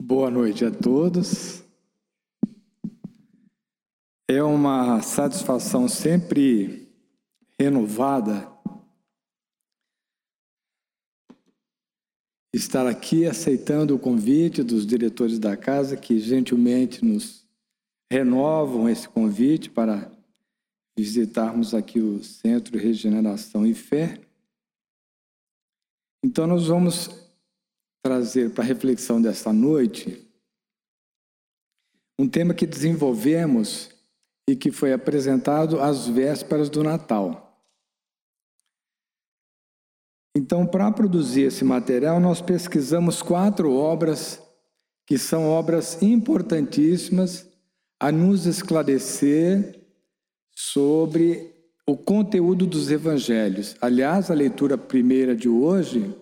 Boa noite a todos. É uma satisfação sempre renovada estar aqui aceitando o convite dos diretores da casa que gentilmente nos renovam esse convite para visitarmos aqui o Centro de Regeneração e Fé. Então nós vamos trazer para a reflexão desta noite um tema que desenvolvemos e que foi apresentado às vésperas do Natal. Então, para produzir esse material, nós pesquisamos 4 obras que são obras importantíssimas a nos esclarecer sobre o conteúdo dos evangelhos. Aliás, a leitura primeira de hoje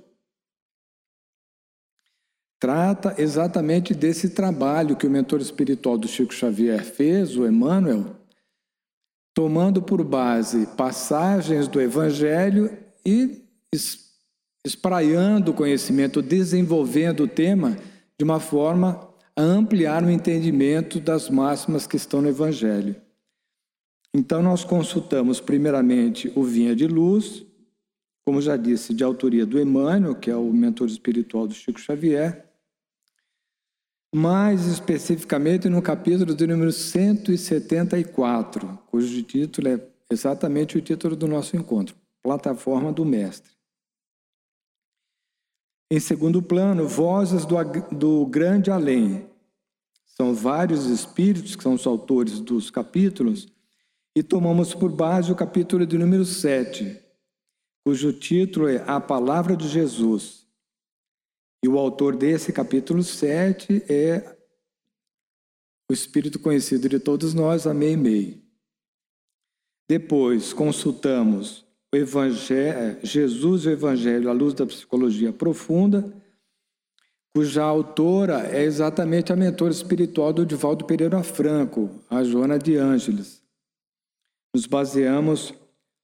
trata exatamente desse trabalho que o mentor espiritual do Chico Xavier fez, o Emmanuel, tomando por base passagens do Evangelho e espraiando o conhecimento, desenvolvendo o tema de uma forma a ampliar o entendimento das máximas que estão no Evangelho. Então, nós consultamos primeiramente o Vinha de Luz, como já disse, de autoria do Emmanuel, que é o mentor espiritual do Chico Xavier, mais especificamente no capítulo de número 174, cujo título é exatamente o título do nosso encontro, Plataforma do Mestre. Em segundo plano, Vozes do Grande Além. São vários espíritos que são os autores dos capítulos e tomamos por base o capítulo de número 7, cujo título é A Palavra de Jesus. E o autor desse capítulo 7 é o espírito conhecido de todos nós, a Meimei. Depois consultamos o Evangelho, Jesus e o Evangelho à luz da psicologia profunda, cuja autora é exatamente a mentora espiritual do Divaldo Pereira Franco, a Joana de Ângeles. Nos baseamos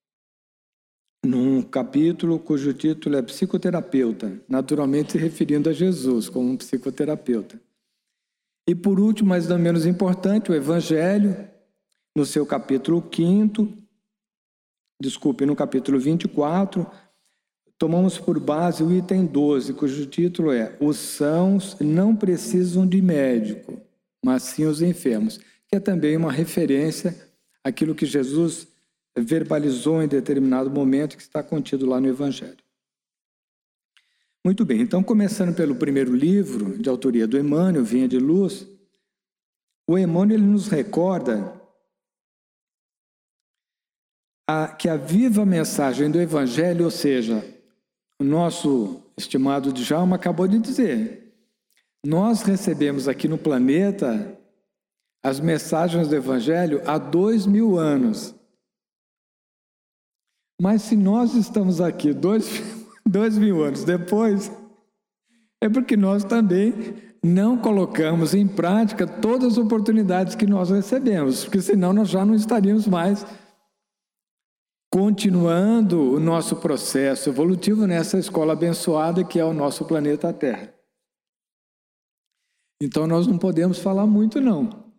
num capítulo cujo título é Psicoterapeuta, naturalmente se referindo a Jesus como um psicoterapeuta. E por último, mas não menos importante, o Evangelho, no seu capítulo 5º, no capítulo 24, tomamos por base o item 12, cujo título é Os sãos não precisam de médico, mas sim os enfermos, que é também uma referência àquilo que Jesus verbalizou em determinado momento que está contido lá no Evangelho. Muito bem, então começando pelo primeiro livro, de autoria do Emmanuel, Vinha de Luz, o Emmanuel ele nos recorda que a viva mensagem do Evangelho, ou seja, o nosso estimado Djalma acabou de dizer, nós recebemos aqui no planeta as mensagens do Evangelho há 2000 anos. Mas se nós estamos aqui 2000 anos depois, é porque nós também não colocamos em prática todas as oportunidades que nós recebemos, porque senão nós já não estaríamos mais continuando o nosso processo evolutivo nessa escola abençoada que é o nosso planeta Terra. Então nós não podemos falar muito não.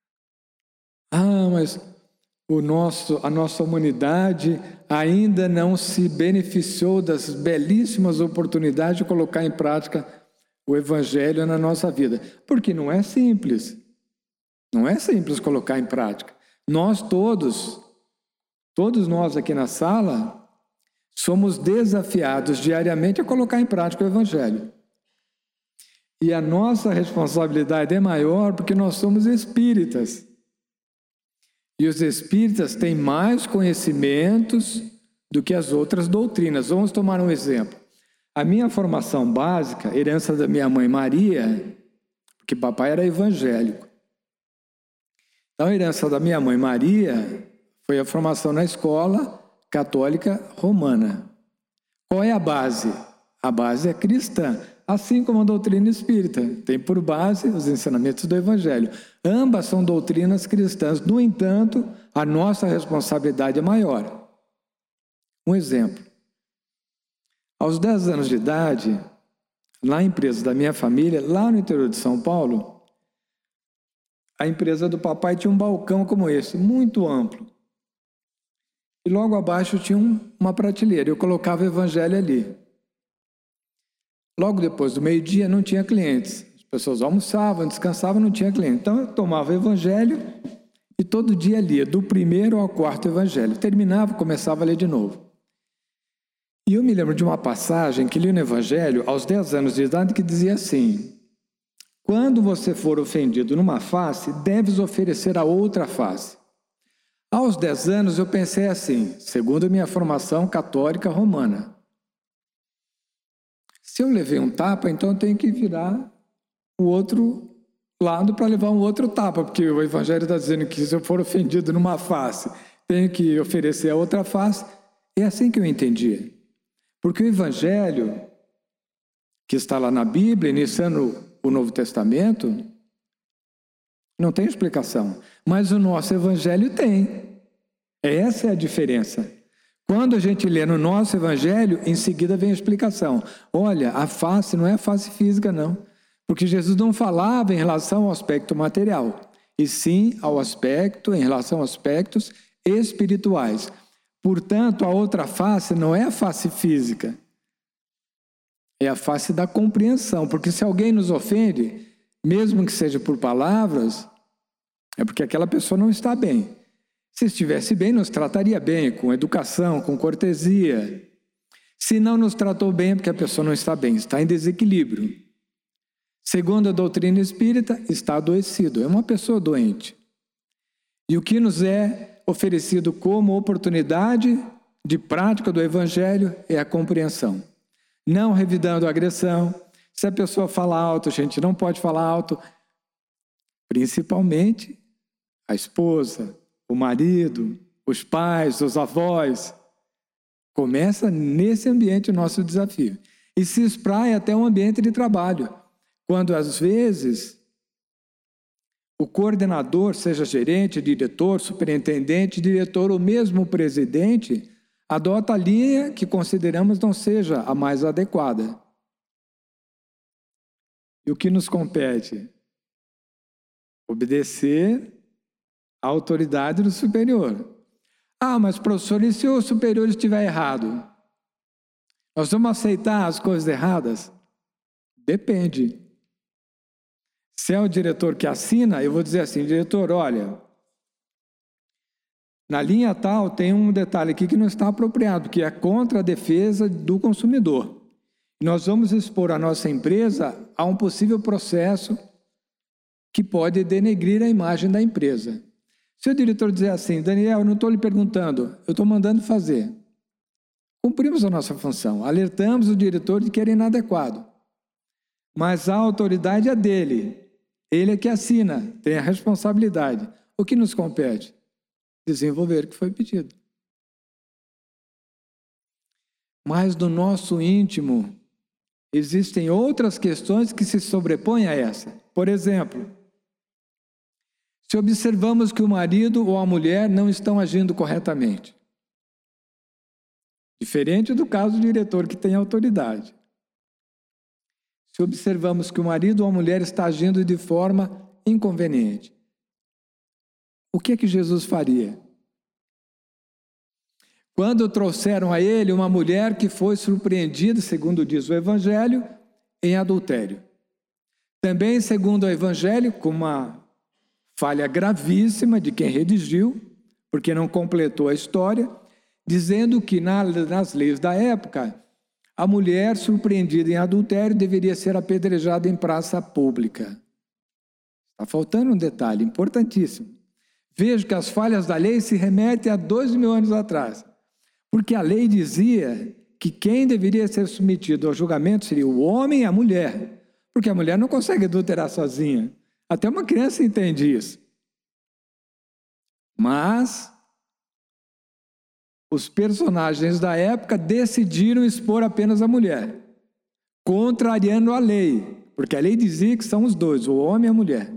Mas a nossa humanidade ainda não se beneficiou das belíssimas oportunidades de colocar em prática o Evangelho na nossa vida. Porque não é simples. Não é simples colocar em prática. Nós todos nós aqui na sala, somos desafiados diariamente a colocar em prática o Evangelho. E a nossa responsabilidade é maior porque nós somos espíritas. E os espíritas têm mais conhecimentos do que as outras doutrinas. Vamos tomar um exemplo. A minha formação básica, herança da minha mãe Maria, porque papai era evangélico. Então, a herança da minha mãe Maria foi a formação na escola católica romana. Qual é a base? A base é cristã. Assim como a doutrina espírita, tem por base os ensinamentos do Evangelho. Ambas são doutrinas cristãs, no entanto, a nossa responsabilidade é maior. Um exemplo. Aos 10 anos de idade, na empresa da minha família, lá no interior de São Paulo, a empresa do papai tinha um balcão como esse, muito amplo. E logo abaixo tinha uma prateleira, eu colocava o evangelho ali. Logo depois do meio-dia não tinha clientes. As pessoas almoçavam, descansavam, não tinha cliente. Então eu tomava o evangelho e todo dia lia, do primeiro ao quarto evangelho. Terminava, começava a ler de novo. E eu me lembro de uma passagem que li no evangelho aos 10 anos de idade que dizia assim: quando você for ofendido numa face, deves oferecer a outra face. Aos 10 anos eu pensei assim, segundo a minha formação católica romana: se eu levei um tapa, então eu tenho que virar o outro lado para levar um outro tapa, porque o evangelho está dizendo que se eu for ofendido numa face, tenho que oferecer a outra face. É assim que eu entendia. Porque o evangelho, que está lá na Bíblia, iniciando o Novo Testamento, não tem explicação. Mas o nosso evangelho tem. Essa é a diferença. Quando a gente lê no nosso evangelho, em seguida vem a explicação. Olha, a face não é a face física, não. Porque Jesus não falava em relação ao aspecto material, e sim em relação a aspectos espirituais. Portanto, a outra face não é a face física, é a face da compreensão. Porque se alguém nos ofende, mesmo que seja por palavras, é porque aquela pessoa não está bem. Se estivesse bem, nos trataria bem, com educação, com cortesia. Se não nos tratou bem, é porque a pessoa não está bem, está em desequilíbrio. Segundo a doutrina espírita, está adoecido, é uma pessoa doente. E o que nos é oferecido como oportunidade de prática do evangelho é a compreensão. Não revidando a agressão. Se a pessoa fala alto, a gente não pode falar alto. Principalmente a esposa, o marido, os pais, os avós. Começa nesse ambiente o nosso desafio. E se espraia até um ambiente de trabalho. Quando, às vezes, o coordenador, seja gerente, diretor, superintendente, diretor ou mesmo presidente, adota a linha que consideramos não seja a mais adequada. E o que nos compete? Obedecer à autoridade do superior. Ah, mas professor, e se o superior estiver errado? Nós vamos aceitar as coisas erradas? Depende. Se é o diretor que assina, eu vou dizer assim: diretor, olha, na linha tal tem um detalhe aqui que não está apropriado, que é contra a defesa do consumidor. Nós vamos expor a nossa empresa a um possível processo que pode denegrir a imagem da empresa. Se o diretor dizer assim: Daniel, eu não estou lhe perguntando, eu estou mandando fazer. Cumprimos a nossa função, alertamos o diretor de que era inadequado. Mas a autoridade é dele. Ele é que assina, tem a responsabilidade. O que nos compete? Desenvolver o que foi pedido. Mas no nosso íntimo, existem outras questões que se sobrepõem a essa. Por exemplo, se observamos que o marido ou a mulher não estão agindo corretamente, diferente do caso do diretor que tem autoridade. Se observamos que o marido ou a mulher está agindo de forma inconveniente, o que é que Jesus faria? Quando trouxeram a ele uma mulher que foi surpreendida, segundo diz o Evangelho, em adultério. Também, segundo o Evangelho, com uma falha gravíssima de quem redigiu, porque não completou a história, dizendo que nas leis da época, a mulher surpreendida em adultério deveria ser apedrejada em praça pública. Está faltando um detalhe importantíssimo. Veja que as falhas da lei se remetem a 2.000 anos atrás. Porque a lei dizia que quem deveria ser submetido ao julgamento seria o homem e a mulher. Porque a mulher não consegue adulterar sozinha. Até uma criança entende isso. Mas os personagens da época decidiram expor apenas a mulher, contrariando a lei, porque a lei dizia que são os dois, o homem e a mulher.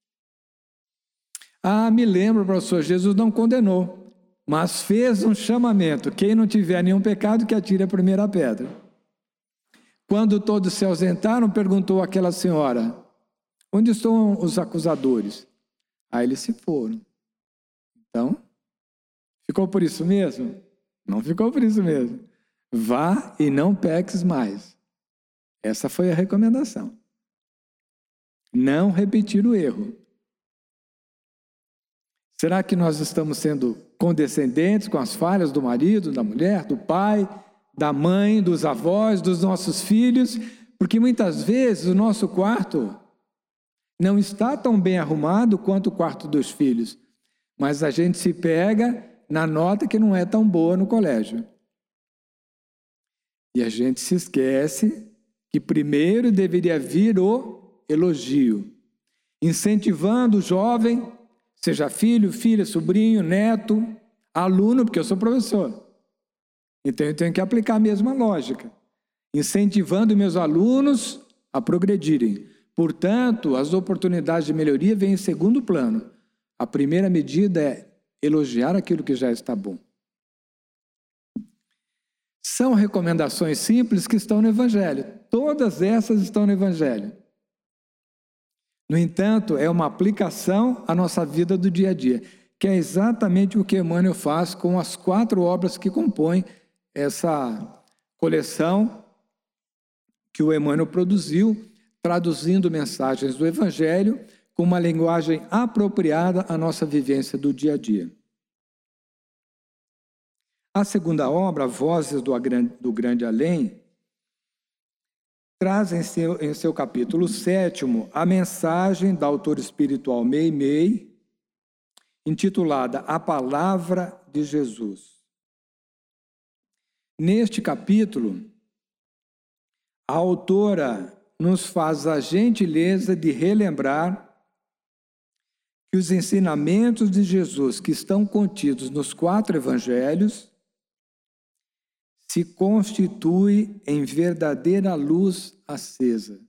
Ah, me lembro, professor, Jesus não condenou, mas fez um chamamento: quem não tiver nenhum pecado, que atire a primeira pedra. Quando todos se ausentaram, perguntou àquela senhora: onde estão os acusadores? Aí eles se foram. Então, ficou por isso mesmo? Não ficou por isso mesmo. Vá e não peques mais. Essa foi a recomendação. Não repetir o erro. Será que nós estamos sendo condescendentes com as falhas do marido, da mulher, do pai, da mãe, dos avós, dos nossos filhos? Porque muitas vezes o nosso quarto não está tão bem arrumado quanto o quarto dos filhos, mas a gente se pega na nota que não é tão boa no colégio. E a gente se esquece que primeiro deveria vir o elogio, incentivando o jovem, seja filho, filha, sobrinho, neto, aluno, porque eu sou professor. Então eu tenho que aplicar a mesma lógica, incentivando meus alunos a progredirem. Portanto, as oportunidades de melhoria vêm em segundo plano. A primeira medida é elogiar aquilo que já está bom. São recomendações simples que estão no Evangelho. Todas essas estão no Evangelho. No entanto, é uma aplicação à nossa vida do dia a dia, que é exatamente o que Emmanuel faz com as 4 obras que compõem essa coleção que o Emmanuel produziu, traduzindo mensagens do Evangelho com uma linguagem apropriada à nossa vivência do dia a dia. A segunda obra, Vozes do Grande Além, traz em seu capítulo 7º a mensagem da autora espiritual Meimei, intitulada A Palavra de Jesus. Neste capítulo, a autora nos faz a gentileza de relembrar que os ensinamentos de Jesus que estão contidos nos 4 evangelhos se constituem em verdadeira luz acesa.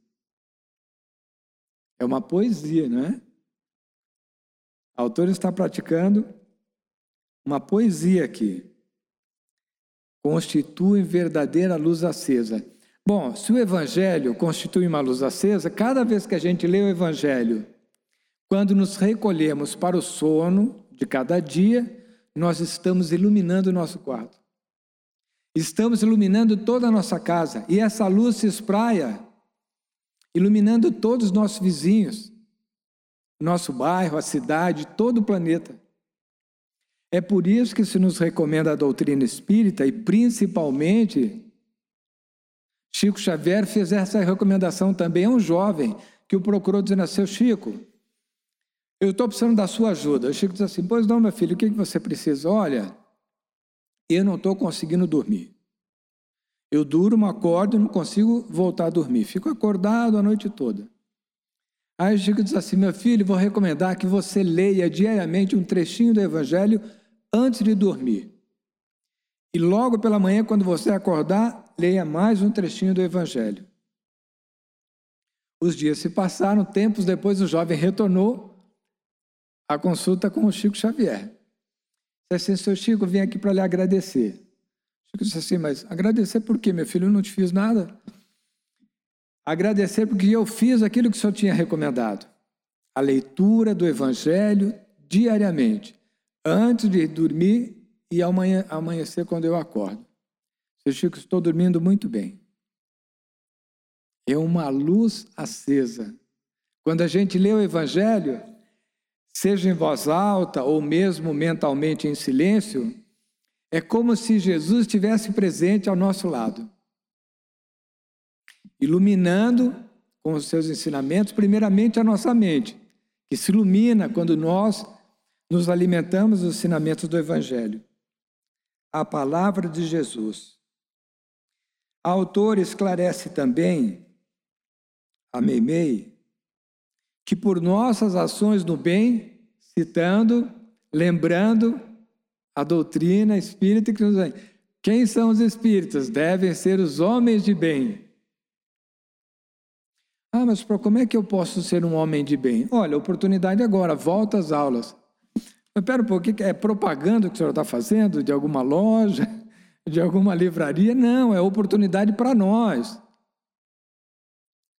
É uma poesia, não é? A autora está praticando uma poesia aqui. Constitui verdadeira luz acesa. Bom, se o Evangelho constitui uma luz acesa, cada vez que a gente lê o Evangelho, quando nos recolhemos para o sono de cada dia, nós estamos iluminando o nosso quarto. Estamos iluminando toda a nossa casa. E essa luz se espraia, iluminando todos os nossos vizinhos, nosso bairro, a cidade, todo o planeta. É por isso que se nos recomenda a doutrina espírita e principalmente Chico Xavier fez essa recomendação também a um jovem que o procurou dizendo assim: Chico, eu estou precisando da sua ajuda. O Chico diz assim: pois não, meu filho, o que você precisa? Olha, eu não estou conseguindo dormir. Eu durmo, acordo e não consigo voltar a dormir. Fico acordado a noite toda. Aí o Chico diz assim: meu filho, vou recomendar que você leia diariamente um trechinho do Evangelho antes de dormir. E logo pela manhã, quando você acordar, leia mais um trechinho do Evangelho. Os dias se passaram, tempos depois o jovem retornou à consulta com o Chico Xavier. Disse assim: seu Chico, vim aqui para lhe agradecer. O Chico disse assim: mas agradecer por quê, meu filho? Eu não te fiz nada. Agradecer porque eu fiz aquilo que o senhor tinha recomendado. A leitura do Evangelho diariamente, antes de dormir e amanhecer quando eu acordo. Seu Chico, estou dormindo muito bem. É uma luz acesa. Quando a gente lê o Evangelho, seja em voz alta ou mesmo mentalmente em silêncio, é como se Jesus estivesse presente ao nosso lado, iluminando com os seus ensinamentos, primeiramente a nossa mente, que se ilumina quando nós nos alimentamos dos ensinamentos do Evangelho. A palavra de Jesus. A autora esclarece também, a Meimei, que por nossas ações no bem, citando, lembrando a doutrina espírita que nos diz: quem são os espíritas? Devem ser os homens de bem. Ah, mas como é que eu posso ser um homem de bem? Olha, oportunidade agora, volta às aulas. Mas espera um pouquinho, é propaganda que o senhor está fazendo de alguma loja, de alguma livraria? Não, é oportunidade para nós.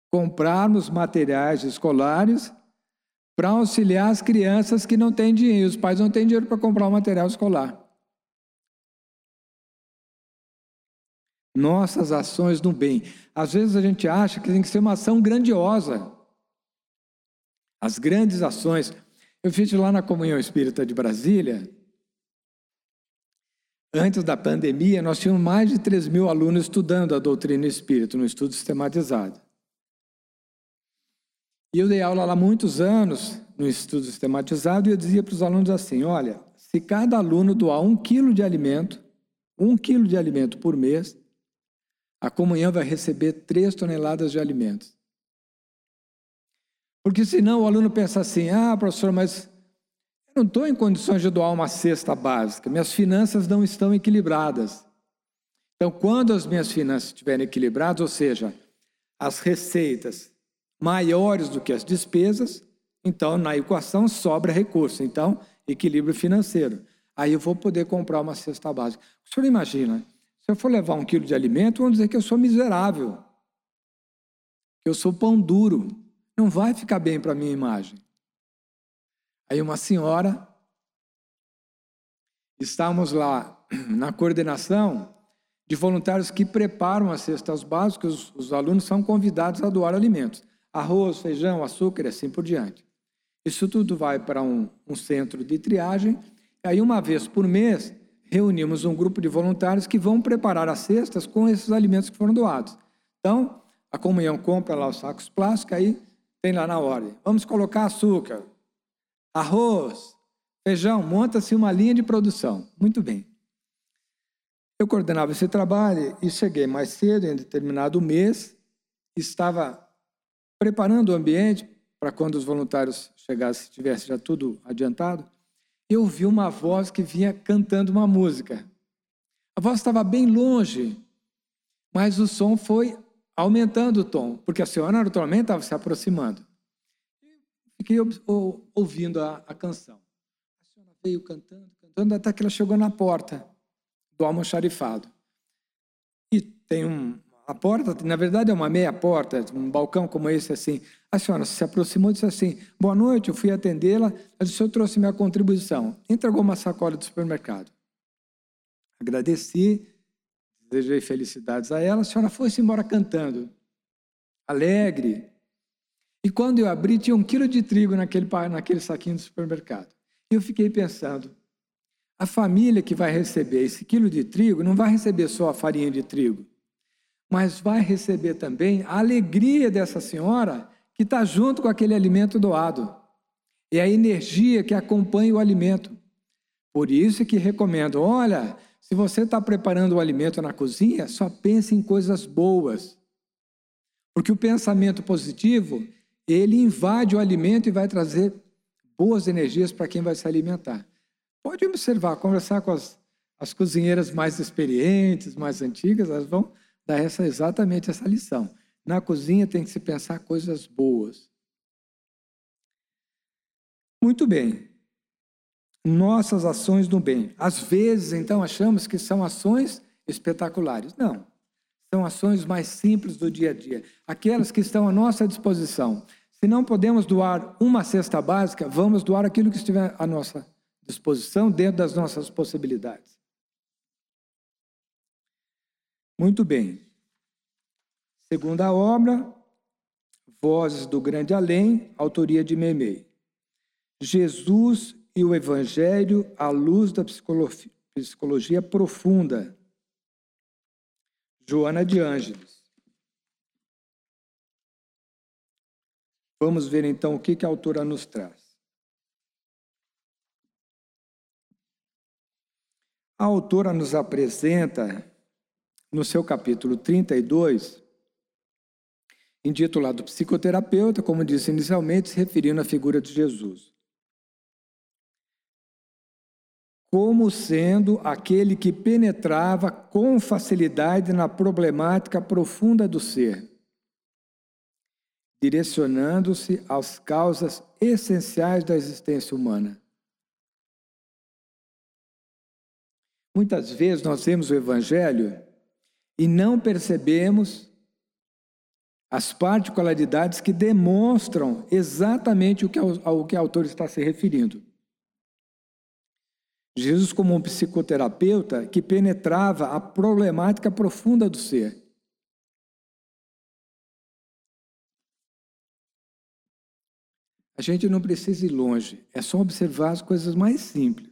comprarmos materiais escolares para auxiliar as crianças que não têm dinheiro. Os pais não têm dinheiro para comprar o material escolar. Nossas ações no bem. Às vezes a gente acha que tem que ser uma ação grandiosa. As grandes ações. Eu fiz lá na Comunhão Espírita de Brasília. Antes da pandemia, nós tínhamos mais de 3.000 alunos estudando a doutrina espírita, no estudo sistematizado. E eu dei aula lá há muitos anos, no estudo sistematizado, e eu dizia para os alunos assim, olha, se cada aluno doar 1 quilo de alimento, 1 quilo de alimento por mês, a comunhão vai receber 3 toneladas de alimentos. Porque senão o aluno pensa assim, professor, mas eu não estou em condições de doar uma cesta básica, minhas finanças não estão equilibradas. Então, quando as minhas finanças estiverem equilibradas, ou seja, as receitas maiores do que as despesas, então na equação sobra recurso, então equilíbrio financeiro. Aí eu vou poder comprar uma cesta básica. O senhor imagina, se eu for levar 1 quilo de alimento, vamos dizer que eu sou miserável, que eu sou pão duro, não vai ficar bem para a minha imagem. Aí uma senhora, estávamos lá na coordenação de voluntários que preparam as cestas básicas, os alunos são convidados a doar alimentos, arroz, feijão, açúcar e assim por diante. Isso tudo vai para um centro de triagem, e aí uma vez por mês reunimos um grupo de voluntários que vão preparar as cestas com esses alimentos que foram doados. Então, a comunhão compra lá os sacos plásticos, aí tem lá na ordem, vamos colocar açúcar, arroz, feijão, monta-se uma linha de produção. Muito bem. Eu coordenava esse trabalho e cheguei mais cedo, em determinado mês, estava preparando o ambiente para quando os voluntários chegassem, tivesse já tudo adiantado, eu ouvi uma voz que vinha cantando uma música. A voz estava bem longe, mas o som foi aumentando o tom, porque a senhora naturalmente estava se aproximando. Fiquei ouvindo a canção. A senhora veio cantando, cantando, até que ela chegou na porta do almoxarifado. E tem a porta, na verdade é uma meia porta, um balcão como esse assim. A senhora se aproximou e disse assim, boa noite, eu fui atendê-la, ela disse, eu trouxe minha contribuição. Entregou uma sacola do supermercado. Agradeci, desejei felicidades a ela, a senhora foi-se embora cantando, alegre. E quando eu abri, tinha 1 quilo de trigo naquele saquinho do supermercado. E eu fiquei pensando, a família que vai receber esse quilo de trigo não vai receber só a farinha de trigo, mas vai receber também a alegria dessa senhora que está junto com aquele alimento doado. É a energia que acompanha o alimento. Por isso que recomendo, olha, se você está preparando o alimento na cozinha, só pense em coisas boas. Porque o pensamento positivo, ele invade o alimento e vai trazer boas energias para quem vai se alimentar. Pode observar, conversar com as cozinheiras mais experientes, mais antigas, elas vão dar exatamente essa lição. Na cozinha tem que se pensar coisas boas. Muito bem. Nossas ações no bem. Às vezes, então, achamos que são ações espetaculares. Não. São ações mais simples do dia a dia. Aquelas que estão à nossa disposição. Se não podemos doar uma cesta básica, vamos doar aquilo que estiver à nossa disposição, dentro das nossas possibilidades. Muito bem. Segunda obra, Vozes do Grande Além, autoria de Meimei. Jesus e o Evangelho à luz da psicologia profunda. Joana de Ângeles. Vamos ver então o que a autora nos traz. A autora nos apresenta, no seu capítulo 32, intitulado Psicoterapeuta, como disse inicialmente, se referindo à figura de Jesus, como sendo aquele que penetrava com facilidade na problemática profunda do ser, direcionando-se às causas essenciais da existência humana. Muitas vezes nós vemos o Evangelho e não percebemos as particularidades que demonstram exatamente ao que o autor está se referindo. Jesus como um psicoterapeuta que penetrava a problemática profunda do ser. A gente não precisa ir longe, é só observar as coisas mais simples.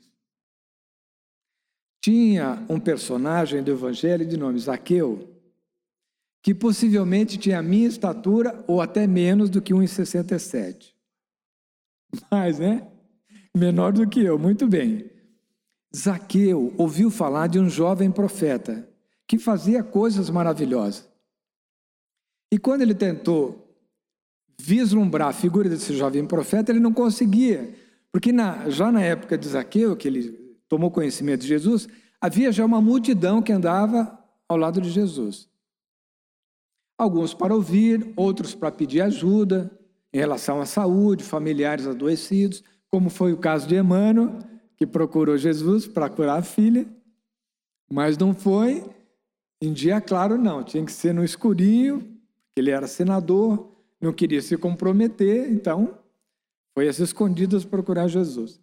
Tinha um personagem do Evangelho de nome Zaqueu, que possivelmente tinha a minha estatura ou até menos do que 1,67. Mas, né? Menor do que eu, muito bem. Zaqueu ouviu falar de um jovem profeta que fazia coisas maravilhosas. E quando ele tentou vislumbrar a figura desse jovem profeta, ele não conseguia, porque já na época de Zaqueu, que ele tomou conhecimento de Jesus, havia já uma multidão que andava ao lado de Jesus. Alguns para ouvir, outros para pedir ajuda em relação à saúde, familiares adoecidos, como foi o caso de Emmanuel, que procurou Jesus para curar a filha, mas não foi em dia claro, não, tinha que ser no escurinho, porque ele era senador, não queria se comprometer, então foi às escondidas procurar Jesus.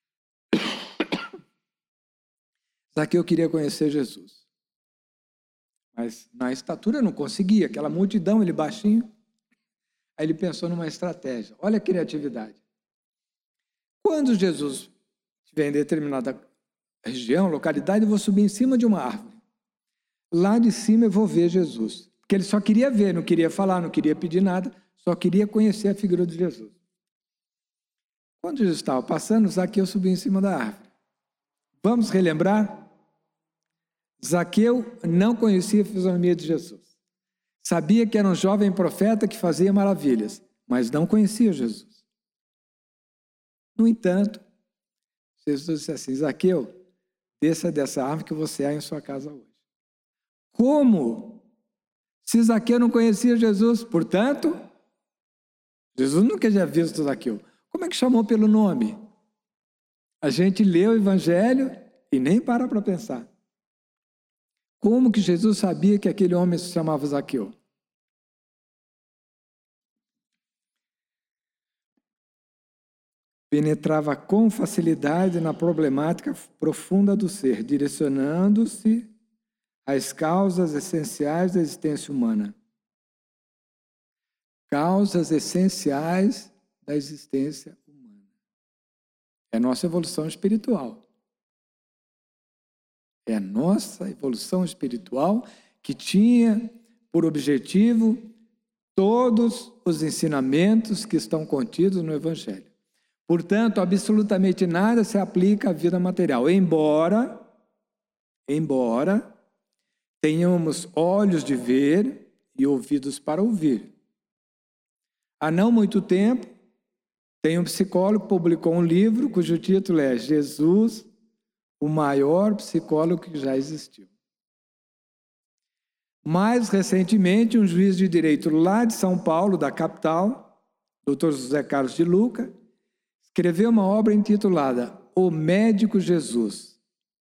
Zaqueu queria conhecer Jesus, mas na estatura não conseguia, aquela multidão, ele baixinho. Aí ele pensou numa estratégia, olha a criatividade. Quando Jesus estiver em determinada região, localidade, eu vou subir em cima de uma árvore. Lá de cima eu vou ver Jesus. Porque ele só queria ver, não queria falar, não queria pedir nada, só queria conhecer a figura de Jesus. Quando Jesus estava passando, Zaqueu subiu em cima da árvore. Vamos relembrar? Zaqueu não conhecia a fisionomia de Jesus. Sabia que era um jovem profeta que fazia maravilhas, mas não conhecia Jesus. No entanto, Jesus disse assim, Zaqueu, desça dessa árvore que você há em sua casa hoje. Como? Se Zaqueu não conhecia Jesus, portanto, Jesus nunca tinha visto Zaqueu. Como é que chamou pelo nome? A gente lê o Evangelho e nem para pensar. Como que Jesus sabia que aquele homem se chamava Zaqueu? Penetrava com facilidade na problemática profunda do ser, direcionando-se às causas essenciais da existência humana. Causas essenciais da existência humana. É a nossa evolução espiritual. É a nossa evolução espiritual que tinha por objetivo todos os ensinamentos que estão contidos no Evangelho. Portanto, absolutamente nada se aplica à vida material, embora tenhamos olhos de ver e ouvidos para ouvir. Há não muito tempo, tem um psicólogo que publicou um livro cujo título é Jesus, o maior psicólogo que já existiu. Mais recentemente, um juiz de direito lá de São Paulo, da capital, Dr. José Carlos de Luca, escreveu uma obra intitulada O Médico Jesus,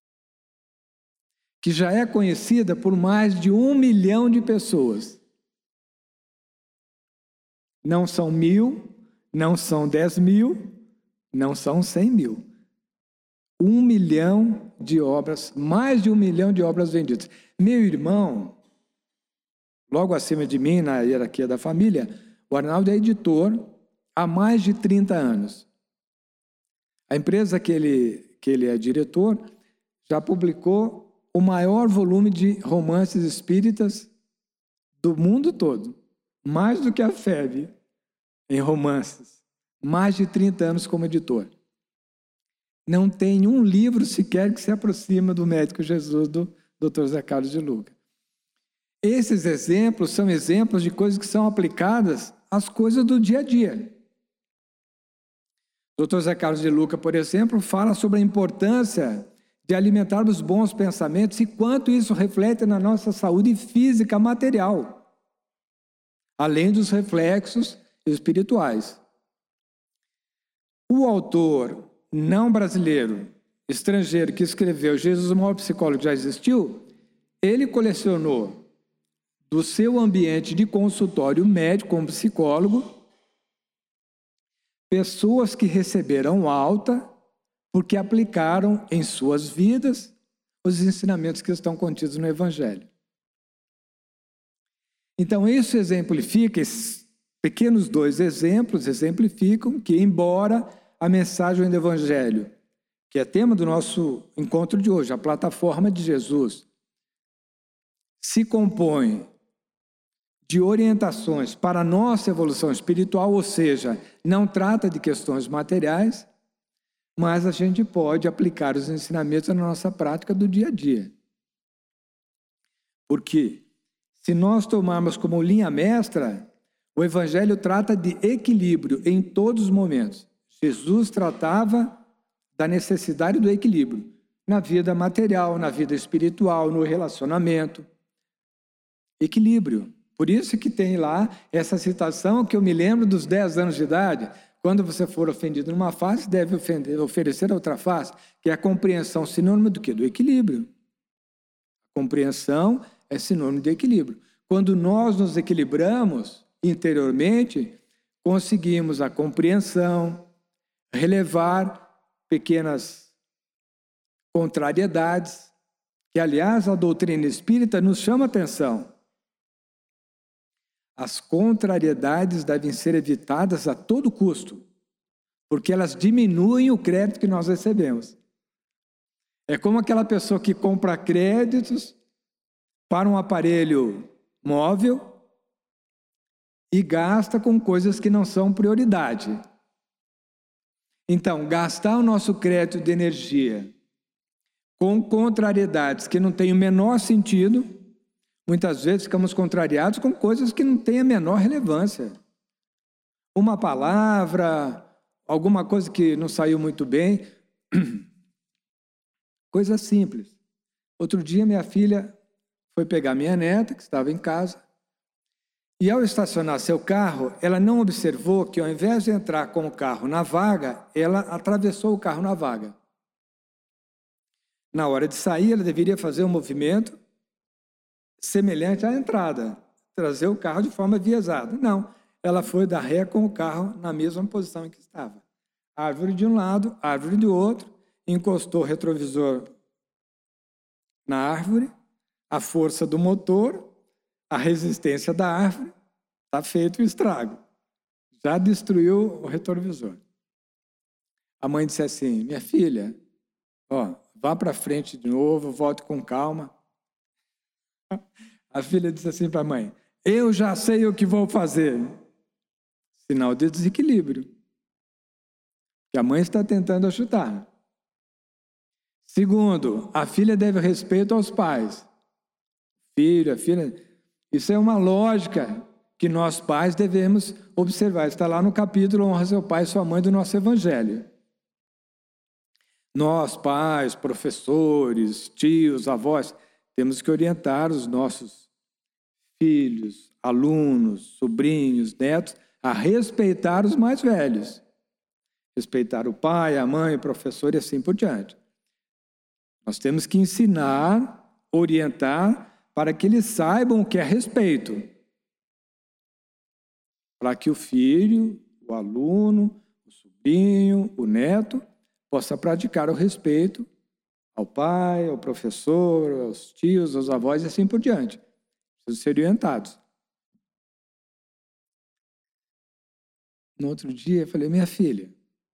que já é conhecida por mais de 1 milhão de pessoas. Não são 1.000, não são 10.000, não são 100.000. 1 milhão de obras, mais de 1 milhão de obras vendidas. Meu irmão, logo acima de mim, na hierarquia da família, o Arnaldo é editor há mais de 30 anos. A empresa que ele é diretor já publicou o maior volume de romances espíritas do mundo todo. Mais do que a FEB em romances. Mais de 30 anos como editor. Não tem um livro sequer que se aproxima do Médico Jesus, do Dr. José Carlos de Luca. Esses exemplos são exemplos de coisas que são aplicadas às coisas do dia a dia. O Dr. José Carlos de Luca, por exemplo, fala sobre a importância de alimentarmos bons pensamentos e quanto isso reflete na nossa saúde física material, além dos reflexos espirituais. O autor não brasileiro, estrangeiro, que escreveu Jesus, o maior psicólogo que já existiu, ele colecionou do seu ambiente de consultório médico como psicólogo, pessoas que receberam alta porque aplicaram em suas vidas os ensinamentos que estão contidos no Evangelho. Então, isso exemplifica, esses pequenos 2 exemplos exemplificam que, embora a mensagem do Evangelho, que é tema do nosso encontro de hoje, a plataforma de Jesus, se compõe de orientações para a nossa evolução espiritual, ou seja, não trata de questões materiais, mas a gente pode aplicar os ensinamentos na nossa prática do dia a dia. Porque se nós tomarmos como linha mestra, o Evangelho trata de equilíbrio em todos os momentos. Jesus tratava da necessidade do equilíbrio na vida material, na vida espiritual, no relacionamento. Equilíbrio. Por isso que tem lá essa citação que eu me lembro dos 10 anos de idade. Quando você for ofendido numa face, deve oferecer a outra face, que é a compreensão, sinônimo do quê? Do equilíbrio. Compreensão é sinônimo de equilíbrio. Quando nós nos equilibramos interiormente, conseguimos a compreensão, relevar pequenas contrariedades, que, aliás, a doutrina espírita nos chama a atenção. As contrariedades devem ser evitadas a todo custo, porque elas diminuem o crédito que nós recebemos. É como aquela pessoa que compra créditos para um aparelho móvel e gasta com coisas que não são prioridade. Então, gastar o nosso crédito de energia com contrariedades que não têm o menor sentido, muitas vezes ficamos contrariados com coisas que não têm a menor relevância. Uma palavra, alguma coisa que não saiu muito bem, coisa simples. Outro dia minha filha foi pegar minha neta, que estava em casa, e ao estacionar seu carro, ela não observou que ao invés de entrar com o carro na vaga, ela atravessou o carro na vaga. Na hora de sair, ela deveria fazer um movimento semelhante à entrada, trazer o carro de forma enviesada. Não, ela foi dar ré com o carro na mesma posição em que estava. Árvore de um lado, árvore do outro, encostou o retrovisor na árvore, a força do motor, a resistência da árvore, está feito o estrago. Já destruiu o retrovisor. A mãe disse assim: minha filha, vá para frente de novo, volte com calma. A filha disse assim para a mãe: eu já sei o que vou fazer. Sinal de desequilíbrio. Que a mãe está tentando ajudar. Segundo, a filha deve respeito aos pais. Filho, a filha. Isso é uma lógica que nós pais devemos observar. Está lá no capítulo Honra seu pai e sua mãe do nosso Evangelho. Nós, pais, professores, tios, avós, temos que orientar os nossos filhos, alunos, sobrinhos, netos, a respeitar os mais velhos. Respeitar o pai, a mãe, o professor e assim por diante. Nós temos que ensinar, orientar, para que eles saibam o que é respeito. Para que o filho, o aluno, o sobrinho, o neto, possa praticar o respeito ao pai, ao professor, aos tios, aos avós e assim por diante. Precisam ser orientados. No outro dia, eu falei: minha filha,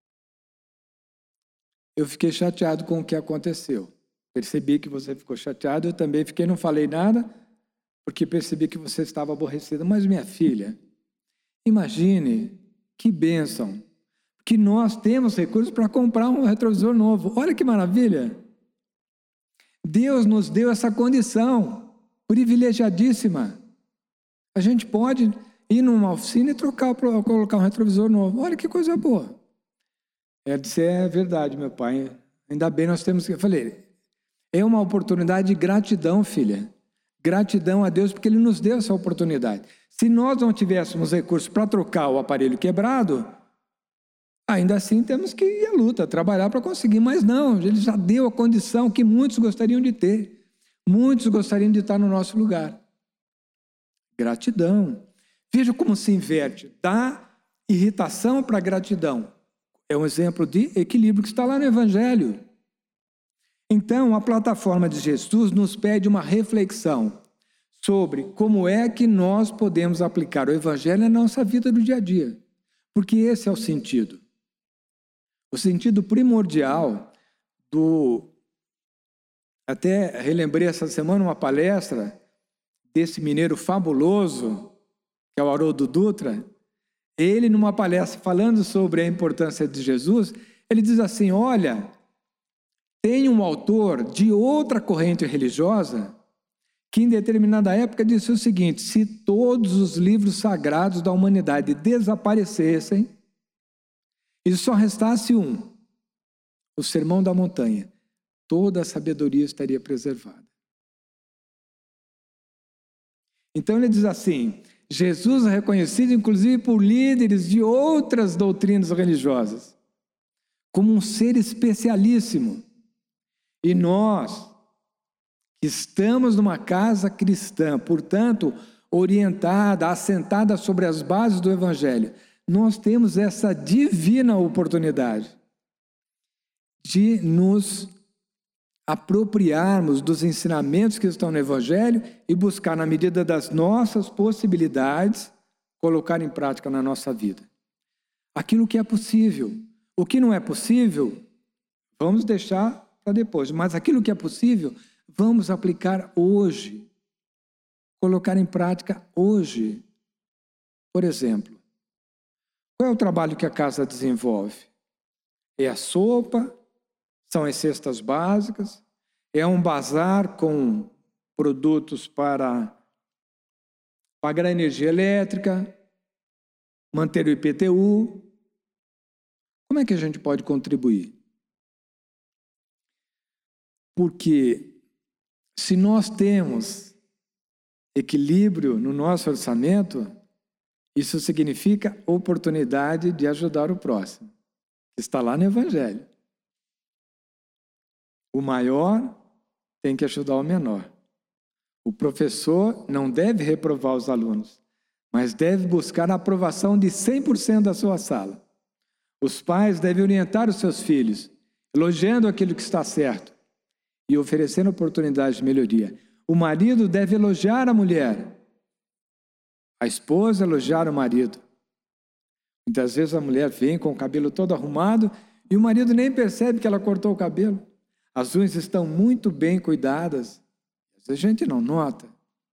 eu fiquei chateado com o que aconteceu. Percebi que você ficou chateada, eu também fiquei, não falei nada, porque percebi que você estava aborrecida. Mas, minha filha, imagine que bênção, que nós temos recursos para comprar um retrovisor novo. Olha que maravilha! Deus nos deu essa condição privilegiadíssima. A gente pode ir numa oficina e colocar um retrovisor novo. Olha que coisa boa. Ela disse: é verdade, meu pai. Ainda bem nós temos que... Eu falei: é uma oportunidade de gratidão, filha. Gratidão a Deus porque Ele nos deu essa oportunidade. Se nós não tivéssemos recursos para trocar o aparelho quebrado, ainda assim temos que ir à luta, trabalhar para conseguir. Mas não, Ele já deu a condição que muitos gostariam de ter. Muitos gostariam de estar no nosso lugar. Gratidão. Veja como se inverte. Da irritação para a gratidão. É um exemplo de equilíbrio que está lá no Evangelho. Então, a plataforma de Jesus nos pede uma reflexão sobre como é que nós podemos aplicar o Evangelho na nossa vida do dia a dia. Porque esse é o sentido. O sentido primordial do... Até relembrei essa semana uma palestra desse mineiro fabuloso, que é o Haroldo Dutra. Ele, numa palestra falando sobre a importância de Jesus, ele diz assim, olha, tem um autor de outra corrente religiosa que em determinada época disse o seguinte, se todos os livros sagrados da humanidade desaparecessem e só restasse um, o Sermão da Montanha, toda a sabedoria estaria preservada. Então ele diz assim, Jesus é reconhecido inclusive por líderes de outras doutrinas religiosas, como um ser especialíssimo. E nós, que estamos numa casa cristã, portanto, orientada, assentada sobre as bases do Evangelho, nós temos essa divina oportunidade de nos apropriarmos dos ensinamentos que estão no Evangelho e buscar, na medida das nossas possibilidades, colocar em prática na nossa vida. Aquilo que é possível. O que não é possível, vamos deixar para depois. Mas aquilo que é possível, vamos aplicar hoje. Colocar em prática hoje. Por exemplo, qual é o trabalho que a casa desenvolve? É a sopa? São as cestas básicas, é um bazar com produtos para pagar a energia elétrica, manter o IPTU. Como é que a gente pode contribuir? Porque se nós temos equilíbrio no nosso orçamento, isso significa oportunidade de ajudar o próximo, que está lá no Evangelho. O maior tem que ajudar o menor. O professor não deve reprovar os alunos, mas deve buscar a aprovação de 100% da sua sala. Os pais devem orientar os seus filhos, elogiando aquilo que está certo e oferecendo oportunidades de melhoria. O marido deve elogiar a mulher, a esposa elogiar o marido. Muitas vezes a mulher vem com o cabelo todo arrumado e o marido nem percebe que ela cortou o cabelo. As unhas estão muito bem cuidadas. A gente não nota.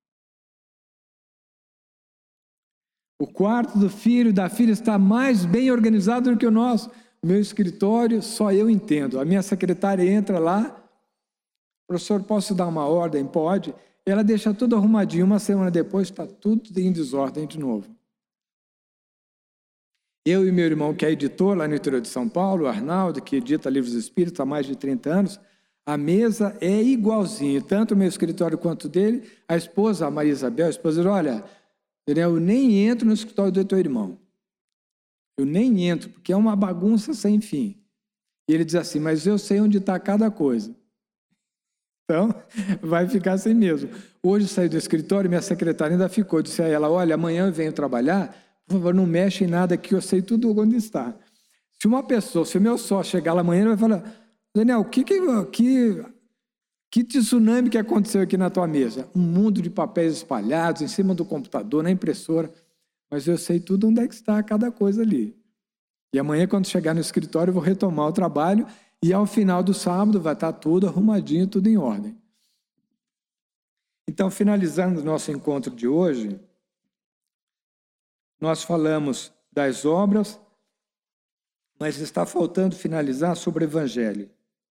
O quarto do filho e da filha está mais bem organizado do que o nosso. O meu escritório, só eu entendo. A minha secretária entra lá. Professor, posso dar uma ordem? Pode. Ela deixa tudo arrumadinho. Uma semana depois está tudo em desordem de novo. Eu e meu irmão, que é editor lá no interior de São Paulo, o Arnaldo, que edita livros espíritas há mais de 30 anos, a mesa é igualzinha, tanto o meu escritório quanto o dele. A esposa, a Maria Isabel, a esposa diz, olha, eu nem entro no escritório do teu irmão. Eu nem entro, porque é uma bagunça sem fim. E ele diz assim, mas eu sei onde está cada coisa. Então, vai ficar assim mesmo. Hoje saí do escritório, minha secretária ainda ficou, disse a ela, olha, amanhã eu venho trabalhar, por favor, não mexe em nada que eu sei tudo onde está. Se uma pessoa, se o meu sócio chegar lá amanhã, ele vai falar, Daniel, que tsunami que aconteceu aqui na tua mesa? Um mundo de papéis espalhados em cima do computador, na impressora. Mas eu sei tudo onde é que está cada coisa ali. E amanhã, quando chegar no escritório, eu vou retomar o trabalho e ao final do sábado vai estar tudo arrumadinho, tudo em ordem. Então, finalizando o nosso encontro de hoje, nós falamos das obras, mas está faltando finalizar sobre o Evangelho.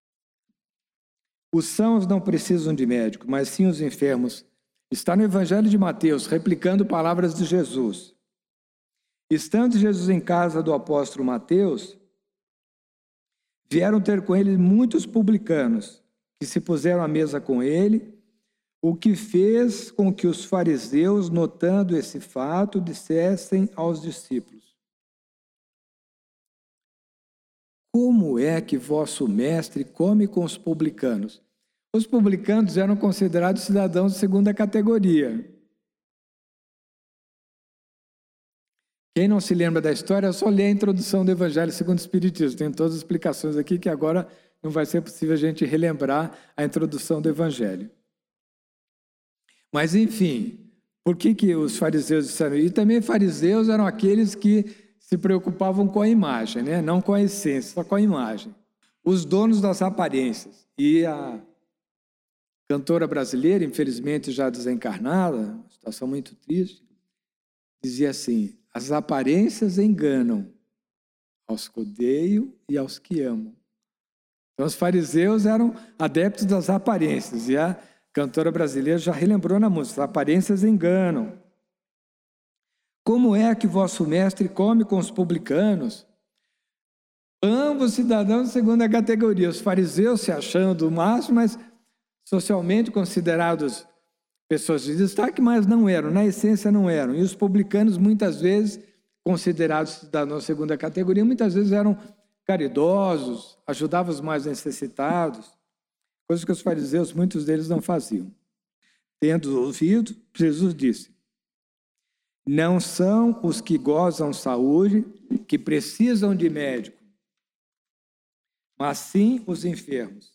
Os sãos não precisam de médico, mas sim os enfermos. Está no Evangelho de Mateus, replicando palavras de Jesus. Estando Jesus em casa do apóstolo Mateus, vieram ter com ele muitos publicanos, que se puseram à mesa com ele, o que fez com que os fariseus, notando esse fato, dissessem aos discípulos, como é que vosso mestre come com os publicanos? Os publicanos eram considerados cidadãos de segunda categoria. Quem não se lembra da história, é só ler a introdução do Evangelho segundo o Espiritismo. Tem todas as explicações aqui que agora não vai ser possível a gente relembrar a introdução do Evangelho. Mas, enfim, por que os fariseus disseram? E também fariseus eram aqueles que se preocupavam com a imagem, né? Não com a essência, só com a imagem. Os donos das aparências. E a cantora brasileira, infelizmente já desencarnada, uma situação muito triste, dizia assim: as aparências enganam aos que odeiam e aos que amam. Então os fariseus eram adeptos das aparências, e a cantora brasileira já relembrou na música: as aparências enganam. Como é que vosso mestre come com os publicanos? Ambos cidadãos de segunda categoria, os fariseus se achando o máximo, mas socialmente considerados pessoas de destaque, mas não eram, na essência não eram. E os publicanos, muitas vezes, considerados cidadãos de segunda categoria, muitas vezes eram caridosos, ajudavam os mais necessitados, coisas que os fariseus, muitos deles, não faziam. Tendo ouvido, Jesus disse: não são os que gozam saúde que precisam de médico, mas sim os enfermos.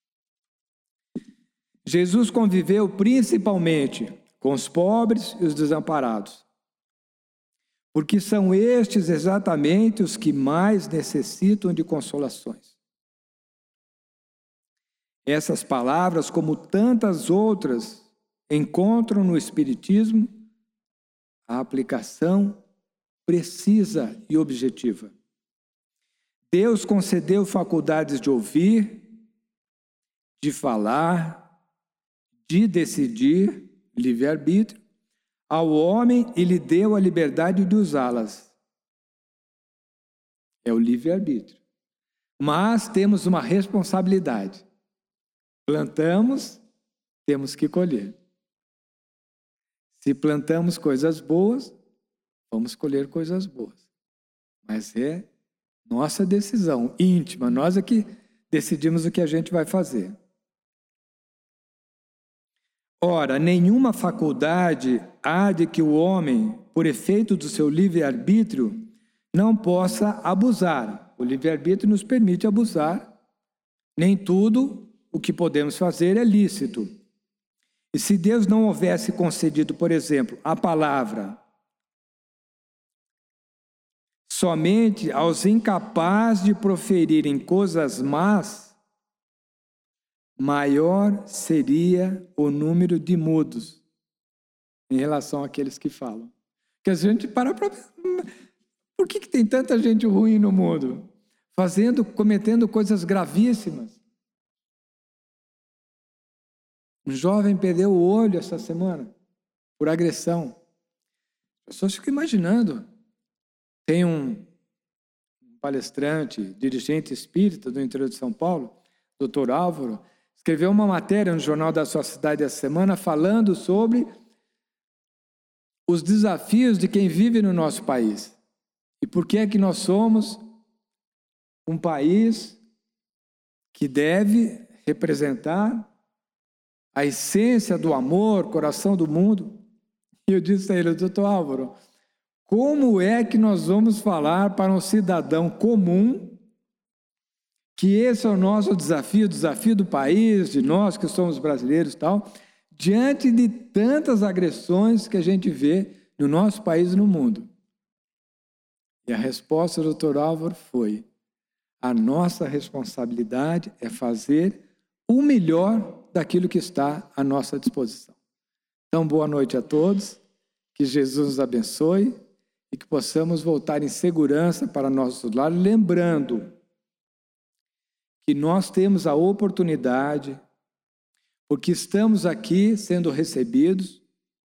Jesus conviveu principalmente com os pobres e os desamparados, porque são estes exatamente os que mais necessitam de consolações. Essas palavras, como tantas outras, encontram no Espiritismo a aplicação precisa e objetiva. Deus concedeu faculdades de ouvir, de falar, de decidir, livre-arbítrio, ao homem e lhe deu a liberdade de usá-las. É o livre-arbítrio. Mas temos uma responsabilidade. Plantamos, temos que colher. Se plantamos coisas boas, vamos colher coisas boas. Mas é nossa decisão íntima, nós é que decidimos o que a gente vai fazer. Ora, nenhuma faculdade há de que o homem, por efeito do seu livre-arbítrio, não possa abusar. O livre-arbítrio nos permite abusar. Nem tudo o que podemos fazer é lícito. E se Deus não houvesse concedido, por exemplo, a palavra somente aos incapazes de proferirem coisas más, maior seria o número de mudos em relação àqueles que falam. Porque a gente para pensar, por que tem tanta gente ruim no mundo? Cometendo coisas gravíssimas. Um jovem perdeu o olho essa semana por agressão. As pessoas ficam imaginando. Tem um palestrante, dirigente espírita do interior de São Paulo, Dr. Álvaro, escreveu uma matéria no Jornal da sua cidade essa semana falando sobre os desafios de quem vive no nosso país. E por que é que nós somos um país que deve representar a essência do amor, coração do mundo. E eu disse a ele: doutor Álvaro, como é que nós vamos falar para um cidadão comum que esse é o nosso desafio, o desafio do país, de nós que somos brasileiros e tal, diante de tantas agressões que a gente vê no nosso país e no mundo? E a resposta do doutor Álvaro foi: a nossa responsabilidade é fazer o melhor daquilo que está à nossa disposição. Então, boa noite a todos, que Jesus nos abençoe e que possamos voltar em segurança para nossos lares, lembrando que nós temos a oportunidade, porque estamos aqui sendo recebidos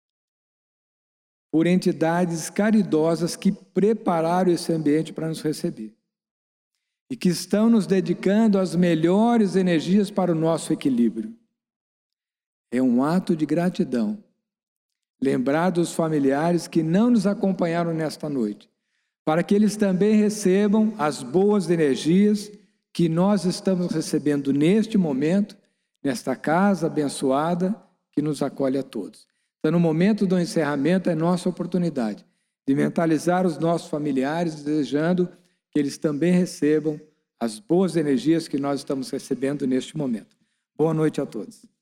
por entidades caridosas que prepararam esse ambiente para nos receber e que estão nos dedicando as melhores energias para o nosso equilíbrio. É um ato de gratidão lembrar dos familiares que não nos acompanharam nesta noite, para que eles também recebam as boas energias que nós estamos recebendo neste momento, nesta casa abençoada que nos acolhe a todos. Então, no momento do encerramento, é nossa oportunidade de mentalizar os nossos familiares, desejando que eles também recebam as boas energias que nós estamos recebendo neste momento. Boa noite a todos.